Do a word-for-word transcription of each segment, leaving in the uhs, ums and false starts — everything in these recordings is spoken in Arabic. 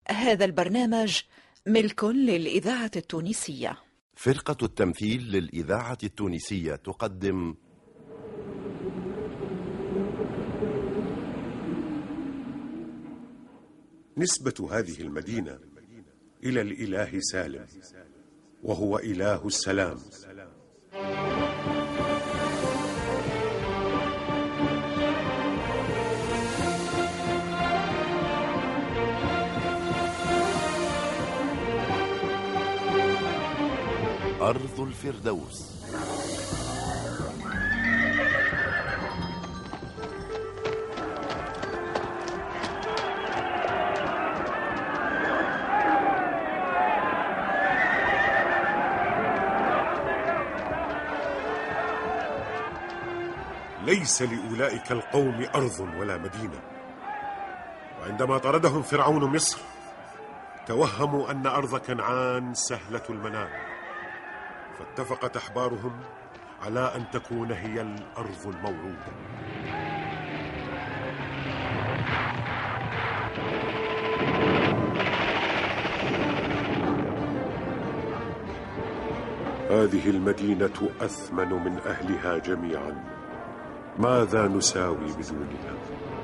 هذا البرنامج ملك للإذاعة التونسية. فرقة التمثيل للإذاعة التونسية تقدم نسبة هذه المدينة إلى الإله سالم، وهو إله السلام. أرض الفردوس. ليس لأولئك القوم أرض ولا مدينة، وعندما طردهم فرعون مصر توهموا أن أرض كنعان سهلة المنال، فاتفقت أحبارهم على أن تكون هي الأرض الموعودة. هذه المدينة أثمن من أهلها جميعا، ماذا نساوي بدونها؟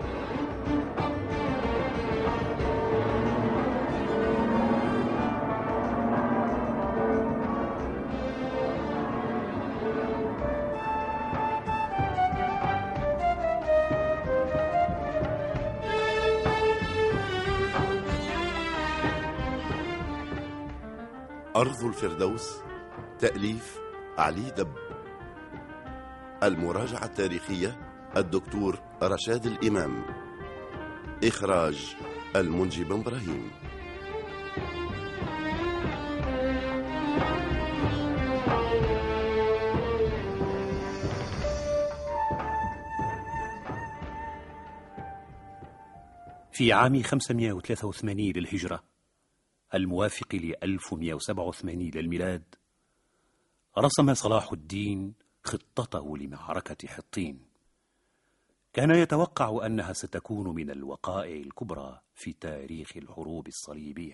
أرض الفردوس، تأليف علي دب. المراجعة التاريخية الدكتور رشاد الإمام. إخراج المنجي بن إبراهيم. في عام خمسمائة وثلاثة وثمانين للهجرة الموافق ل ألف ومائة وسبعة وثمانين للميلاد، رسم صلاح الدين خطته لمعركة حطين. كان يتوقع أنها ستكون من الوقائع الكبرى في تاريخ الحروب الصليبية،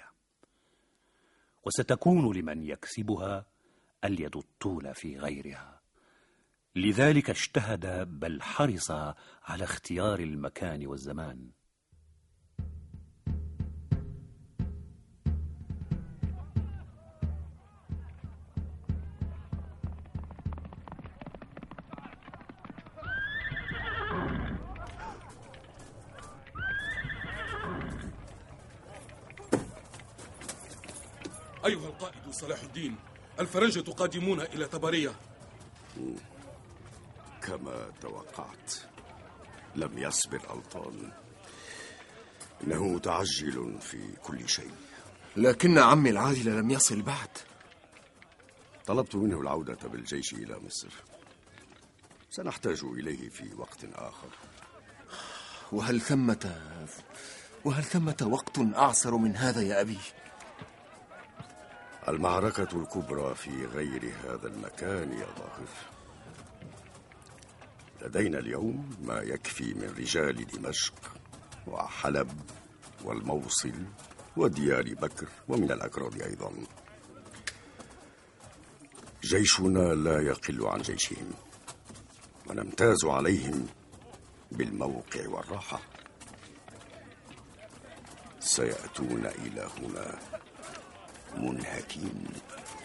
وستكون لمن يكسبها اليد الطولى في غيرها. لذلك اجتهد بل حرص على اختيار المكان والزمان. أيها القائد صلاح الدين، الفرنجة قادمون إلى طبرية. كما توقعت، لم يصبر ألطان، إنه متعجل في كل شيء. لكن عمي العادل لم يصل بعد. طلبت منه العودة بالجيش إلى مصر، سنحتاج إليه في وقت آخر. وهل ثمة وهل ثمة وقت أعسر من هذا يا أبي؟ المعركة الكبرى في غير هذا المكان يا ظاهر. لدينا اليوم ما يكفي من رجال دمشق وحلب والموصل وديار بكر ومن الأكراد أيضا. جيشنا لا يقل عن جيشهم، ونمتاز عليهم بالموقع والراحة. سيأتون إلى هنا منهكين،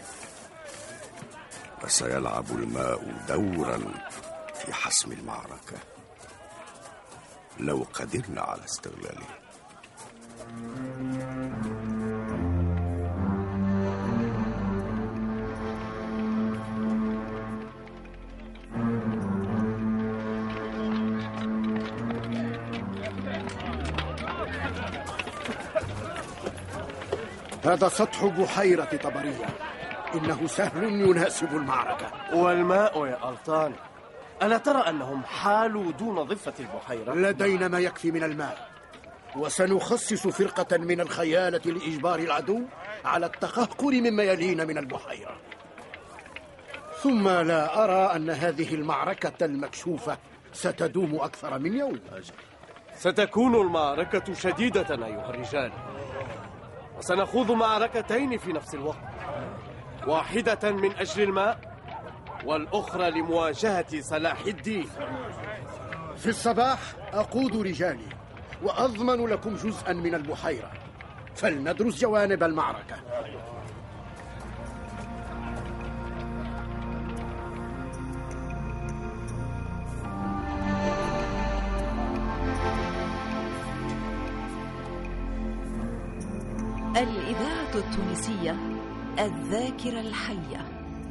وسيلعب الماء دورا في حسم المعركة لو قدرنا على استغلاله. هذا سطح بحيرة طبرية، إنه سهل يناسب المعركة. والماء يا ألطان، ألا ترى أنهم حالوا دون ضفة البحيرة؟ لدينا ما يكفي من الماء، وسنخصص فرقة من الخيالة لإجبار العدو على التقهقر مما يلينا من البحيرة. ثم لا أرى أن هذه المعركة المكشوفة ستدوم أكثر من يوم. ستكون المعركة شديدة أيها الرجال، وسنخوض معركتين في نفس الوقت، واحدة من أجل الماء والأخرى لمواجهة صلاح الدين. في الصباح أقود رجالي وأضمن لكم جزءا من البحيرة، فلندرس جوانب المعركة. الإذاعة التونسية الذاكرة الحية.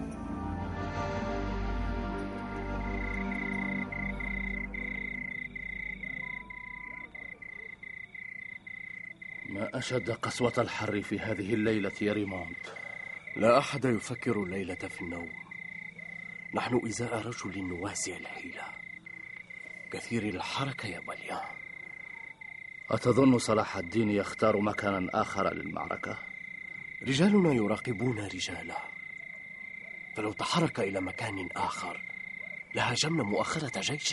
ما أشد قسوة الحر في هذه الليلة يا ريموند. لا أحد يفكر الليلة في النوم. نحن إزاء رجل واسع الحيلة كثير الحركة يا باليان. أتظن صلاح الدين يختار مكانا آخر للمعركة؟ رجالنا يراقبون رجاله، فلو تحرك إلى مكان آخر لهاجمنا مؤخرة جيشه،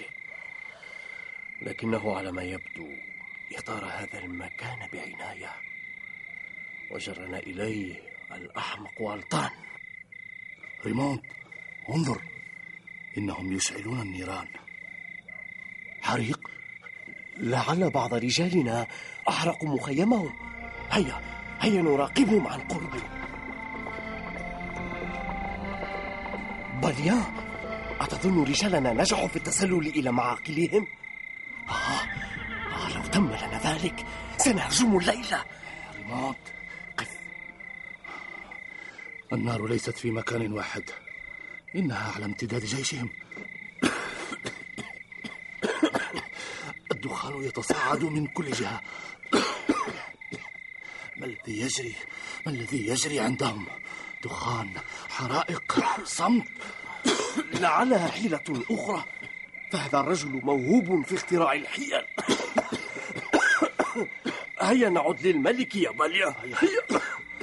لكنه على ما يبدو اختار هذا المكان بعناية وجرنا إليه الأحمق والطان. ريموند، انظر، إنهم يشعلون النيران. حريق؟ لعل بعض رجالنا أحرقوا مخيمهم. هيا هيا نراقبهم عن قرب. باليان، أتظن رجالنا نجحوا في التسلل إلى معاقلهم؟ آه. آه لو تم لنا ذلك سنهجم الليلة. ريموند، قف. النار ليست في مكان واحد، إنها على امتداد جيشهم. الدخان يتصاعد من كل جهة. ما الذي يجري؟ ما الذي يجري عندهم؟ دخان، حرائق، صمت. لعلها حيلة أخرى، فهذا الرجل موهوب في اختراع الحيل. هيا نعد للملك يا باليان. هيا.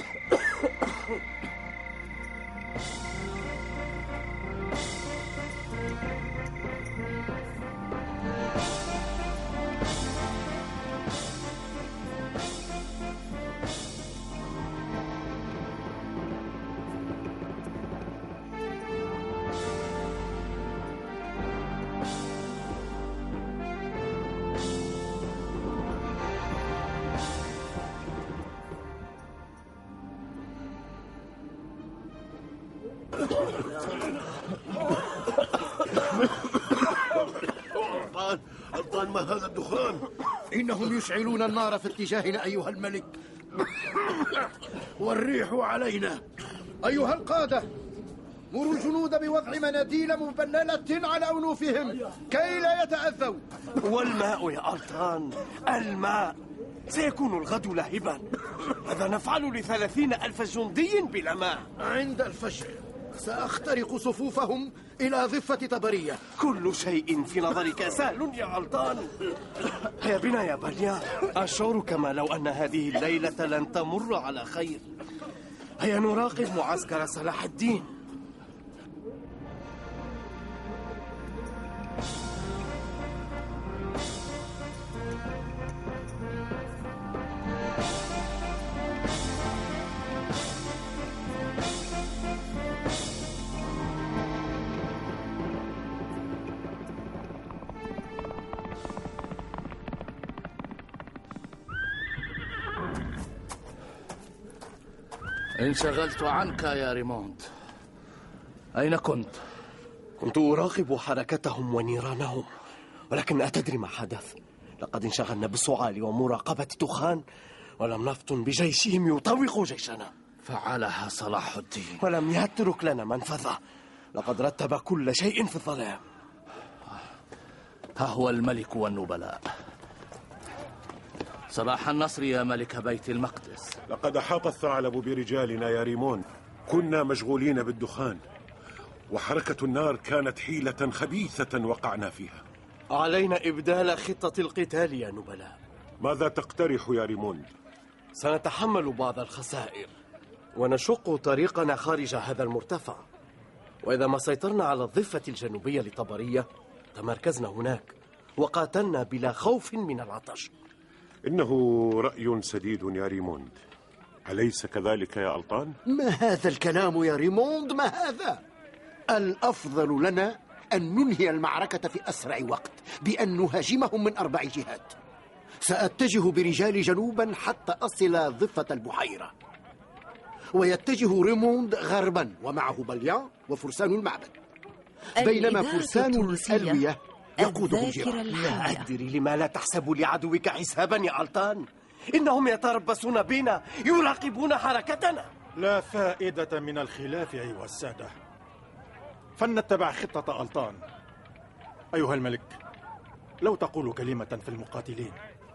الطان، ما هذا الدخان؟ إنهم يشعلون النار في اتجاهنا أيها الملك، والريح علينا. أيها القادة، مروا الجنود بوضع مناديل مبللة على أنوفهم كي لا يتأذوا. والماء يا ألطان، الماء سيكون الغد لهبا. ماذا نفعل لثلاثين ألف جندي بلا ماء؟ عند الفجر سأخترق صفوفهم إلى ضفة طبرية. كل شيء في نظرك سهل يا ألطان. هيا بنا يا باليان، أشعر كما لو أن هذه الليلة لن تمر على خير. هيا نراقب معسكر صلاح الدين. انشغلت عنك يا ريموند. أين كنت؟ كنت أراقب حركتهم ونيرانهم، ولكن أتدري ما حدث؟ لقد انشغلنا بالسعال ومراقبة دخان، ولم نفطن بجيشهم يطوق جيشنا. فعلها صلاح الدين ولم يترك لنا منفذة. لقد رتب كل شيء في الظلام. ها هو الملك والنبلاء. صباح النصر يا ملك بيت المقدس. لقد أحاط الثعلب برجالنا يا ريمون. كنا مشغولين بالدخان، وحركة النار كانت حيلة خبيثة وقعنا فيها. علينا إبدال خطة القتال يا نبلاء. ماذا تقترح يا ريموند؟ سنتحمل بعض الخسائر ونشق طريقنا خارج هذا المرتفع، وإذا ما سيطرنا على الضفة الجنوبية لطبرية تمركزنا هناك وقاتلنا بلا خوف من العطش. إنه رأي سديد يا ريموند، أليس كذلك يا ألطان؟ ما هذا الكلام يا ريموند؟ ما هذا؟ الأفضل لنا أن ننهي المعركة في أسرع وقت بأن نهاجمهم من أربع جهات. سأتجه برجالي جنوبا حتى أصل ضفة البحيرة، ويتجه ريموند غربا ومعه بليان وفرسان المعبد، بينما فرسان الألوية يقودهم جيران. لا أدري لما لا تحسب لعدوك حسابا يا ألطان. إنهم يتربصون بنا، يراقبون حركتنا. لا فائدة من الخلاف أيها السادة، فلنتبع خطة ألطان. أيها الملك، لو تقول كلمة في المقاتلين.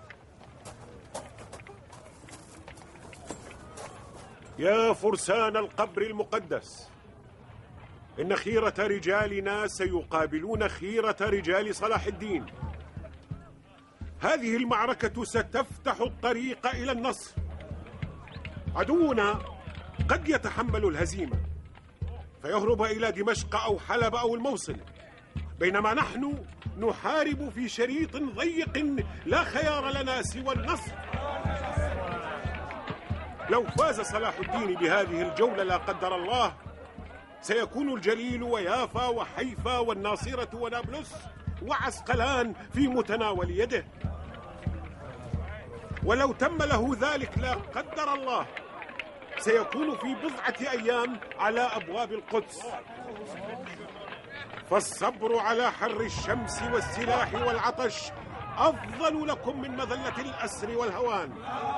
يا فرسان القبر المقدس، إن خيرة رجالنا سيقابلون خيرة رجال صلاح الدين. هذه المعركة ستفتح الطريق إلى النصر. عدونا قد يتحمل الهزيمة فيهرب إلى دمشق أو حلب أو الموصل، بينما نحن نحارب في شريط ضيق لا خيار لنا سوى النصر. لو فاز صلاح الدين بهذه الجولة لا قدر الله، سيكون الجليل ويافا وحيفا والناصرة ونابلس وعسقلان في متناول يده. ولو تم له ذلك لا قدر الله، سيكون في بضعة أيام على أبواب القدس. فالصبر على حر الشمس والسلاح والعطش أفضل لكم من مذلة الأسر والهوان.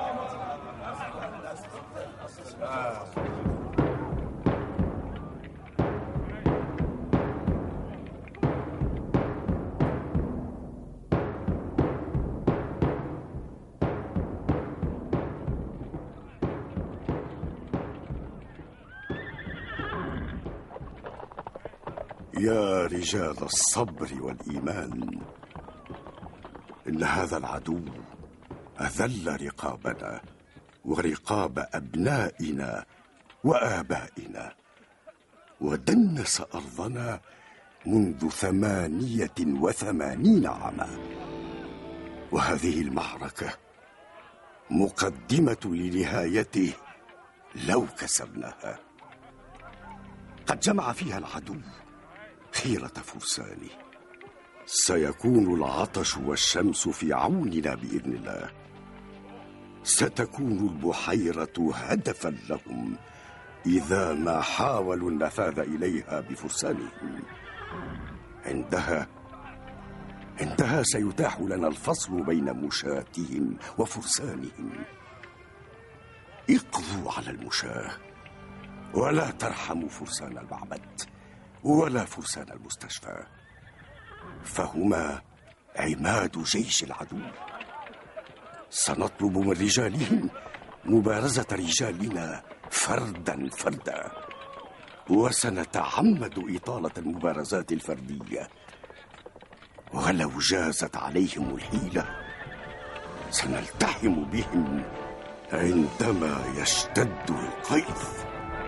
يا رجال الصبر والإيمان، إن هذا العدو أذل رقابنا ورقاب أبنائنا وآبائنا، ودنس أرضنا منذ ثمانية وثمانين عاما. وهذه المعركة مقدمة لنهايته لو كسبناها. قد جمع فيها العدو خيرة فرسانه. سيكون العطش والشمس في عوننا بإذن الله. ستكون البحيرة هدفا لهم إذا ما حاولوا النفاذ إليها بفرسانهم. عندها عندها سيتاح لنا الفصل بين مشاتهم وفرسانهم. اقضوا على المشاة ولا ترحموا فرسان المعبد ولا فرسان المستشفى، فهما عماد جيش العدو. سنطلب من رجالهم مبارزة رجالنا فردا فردا، وسنتعمد إطالة المبارزات الفردية. ولو جازت عليهم الحيلة سنلتحم بهم عندما يشتد القيظ.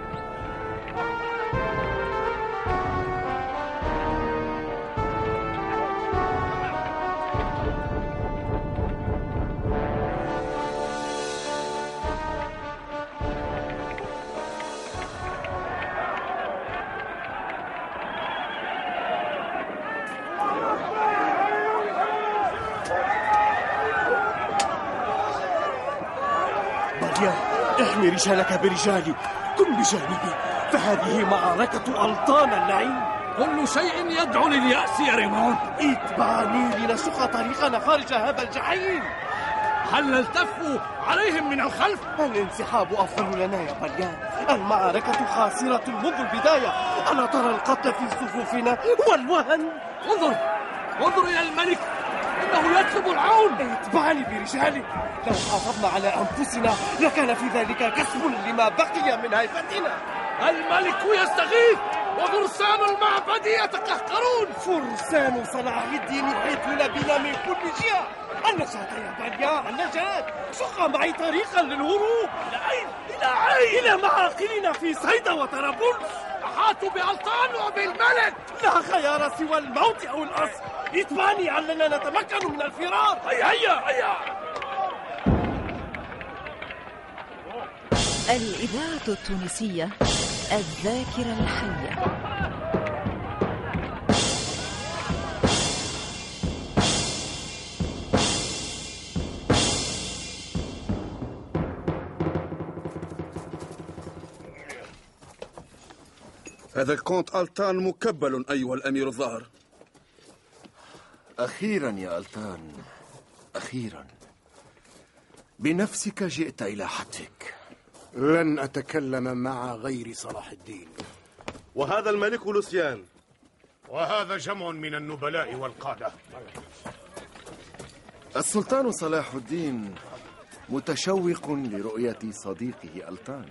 احمي رجالك برجالي، كن بجانبي، فهذه معركة ألطان اللعين. كل شيء يدعو لليأس يا ريموند. اتبعني لنشق طريقنا خارج هذا الجحيم. هل نلتف عليهم من الخلف؟ الانسحاب أفضل لنا يا بليان. المعركة خاسرة منذ البداية. ألا ترى القتل في صفوفنا والوهن؟ انظر انظر إلى الملك، إنه يطلب العون. اتبعني برجالي. لو حافظنا على أنفسنا لكان في ذلك كسب لما بقي من هيبتنا. الملك يستغيث وفرسان المعبد يتقهقرون. فرسان صلاح الدين يحيطون بنا من كل جهة. النجاة يا بليان، النجاة. شق معي طريقا للهروب. إلى أين؟ إلى أين؟ إلى معاقلنا في صيدا وطرابلس. أحاطوا بألطان وبالملك. لا خيار سوى الموت أو الأسر. اتبعني علنا نتمكن من الفرار. هيا هيا هيا. الإذاعة التونسية الذاكرة الحية. هذا الكونت ألتان مكبل أيها الأمير الظاهر. أخيرا يا ألتان، أخيرا بنفسك جئت إلى حتفك. لن أتكلم مع غير صلاح الدين. وهذا الملك لوسيان، وهذا جمع من النبلاء والقادة. السلطان صلاح الدين متشوق لرؤية صديقه ألتان.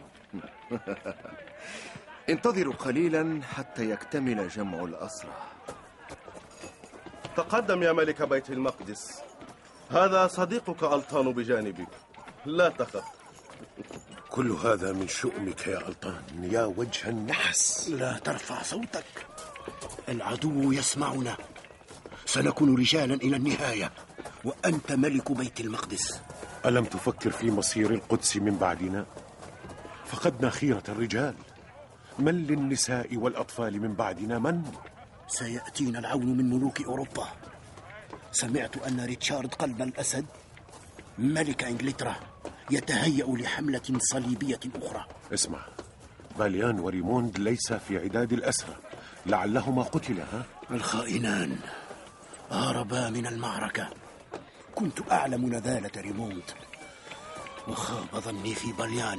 انتظروا قليلا حتى يكتمل جمع الأسرى. تقدم يا ملك بيت المقدس، هذا صديقك ألتان بجانبك، لا تخف. كل هذا من شؤمك يا ألتان، يا وجه النحس. لا ترفع صوتك، العدو يسمعنا. سنكون رجالا إلى النهاية، وأنت ملك بيت المقدس. ألم تفكر في مصير القدس من بعدنا؟ فقدنا خيرة الرجال. من للنساء والأطفال من بعدنا؟ من؟ سيأتينا العون من ملوك أوروبا. سمعت أن ريتشارد قلب الأسد ملك إنجلترا يتهيأ لحملة صليبية أخرى. اسمع، باليان وريموند ليس في عداد الأسرى، لعلهما قتلا. ها؟ الخائنان هربا من المعركة. كنت أعلم نذالة ريموند، وخاب ظني في باليان.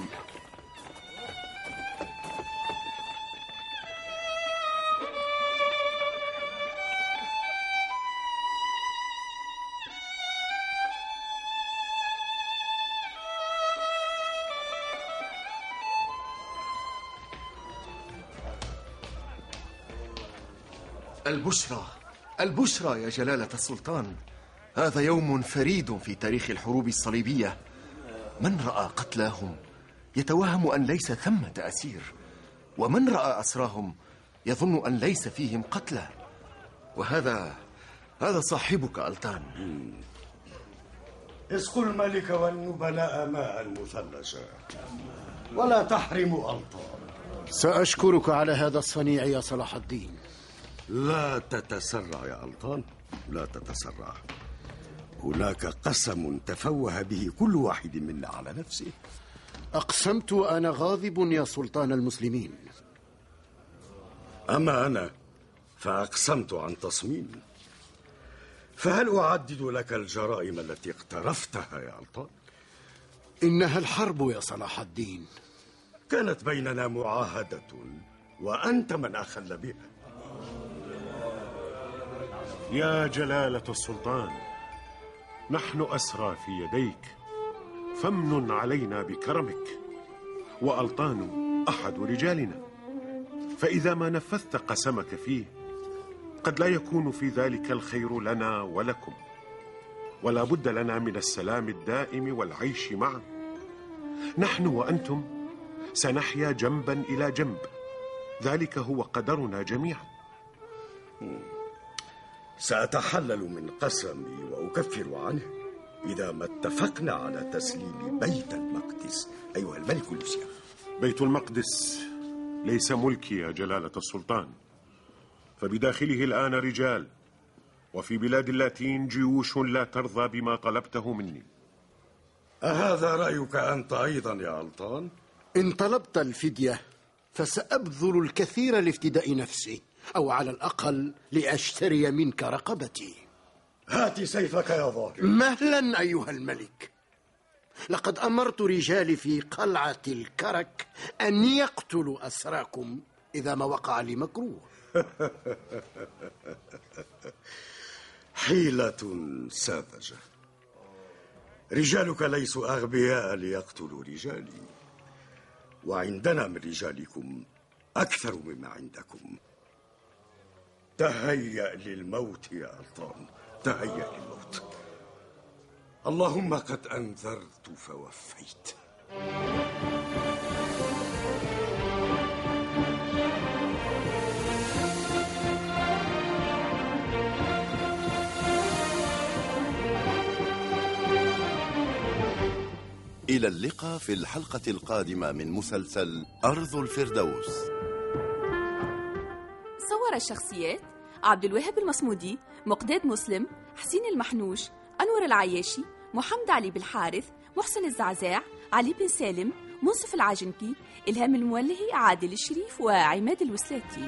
البشرى، البشرى يا جلالة السلطان. هذا يوم فريد في تاريخ الحروب الصليبية. من رأى قتلاهم يتوهم أن ليس ثمة أسير، ومن رأى أسراهم يظن أن ليس فيهم قتلى. وهذا هذا صاحبك ألتان. اسقوا الملك والنبلاء ماء مثلجا، ولا تحرموا ألتان. سأشكرك على هذا الصنيع يا صلاح الدين. لا تتسرع يا ألتان، لا تتسرع. هناك قسم تفوه به كل واحد منا على نفسه. أقسمت وأنا غاضب يا سلطان المسلمين. أما أنا فأقسمت عن تصميم. فهل أعدد لك الجرائم التي اقترفتها يا ألتان؟ إنها الحرب يا صلاح الدين. كانت بيننا معاهدة وأنت من أخل بها. يا جلالة السلطان، نحن أسرى في يديك، فامنن علينا بكرمك. وألتان أحد رجالنا، فإذا ما نفذت قسمك فيه قد لا يكون في ذلك الخير لنا ولكم، ولا بد لنا من السلام الدائم والعيش معا. نحن وأنتم سنحيا جنبا إلى جنب، ذلك هو قدرنا جميعا. سأتحلل من قسمي وأكفر عنه إذا ما اتفقنا على تسليم بيت المقدس أيها الملك لوسيان. بيت المقدس ليس ملكي يا جلالة السلطان، فبداخله الآن رجال، وفي بلاد اللاتين جيوش لا ترضى بما طلبته مني. أهذا رأيك أنت أيضا يا ألتان؟ إن طلبت الفدية فسأبذل الكثير لافتداء نفسي، أو على الأقل لأشتري منك رقبتي. هات سيفك يا ظاهر. مهلا أيها الملك. لقد أمرت رجالي في قلعة الكرك أن يقتلوا أسراكم إذا ما وقع لي مكروه. حيلة ساذجة. رجالك ليسوا أغبياء ليقتلوا رجالي، وعندنا من رجالكم أكثر مما عندكم. تهيأ للموت يا ألتان، تهيأ للموت. اللهم قد أنذرت فوفيت. إلى اللقاء في الحلقة القادمة من مسلسل أرض الفردوس. صور الشخصيات: عبد الوهاب المصمودي، مقداد مسلم، حسين المحنوش، أنور العياشي، محمد علي بالحارث، محسن الزعزاع، علي بن سالم، منصف العجنكي، إلهام المولهي، عادل الشريف، وعماد الوسلاتي.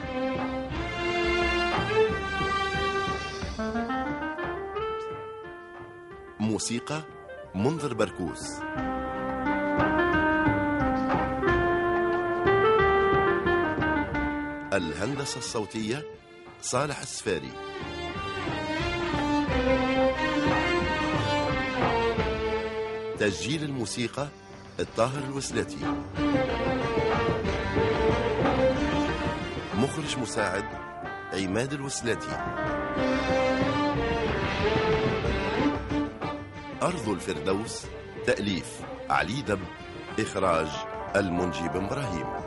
موسيقى منذر بركوس. الهندسة الصوتية صالح السفاري. تسجيل الموسيقى الطاهر الوسلاتي. مخرج مساعد عماد الوسلاتي. أرض الفردوس تأليف علي دب، إخراج المنجي بن إبراهيم.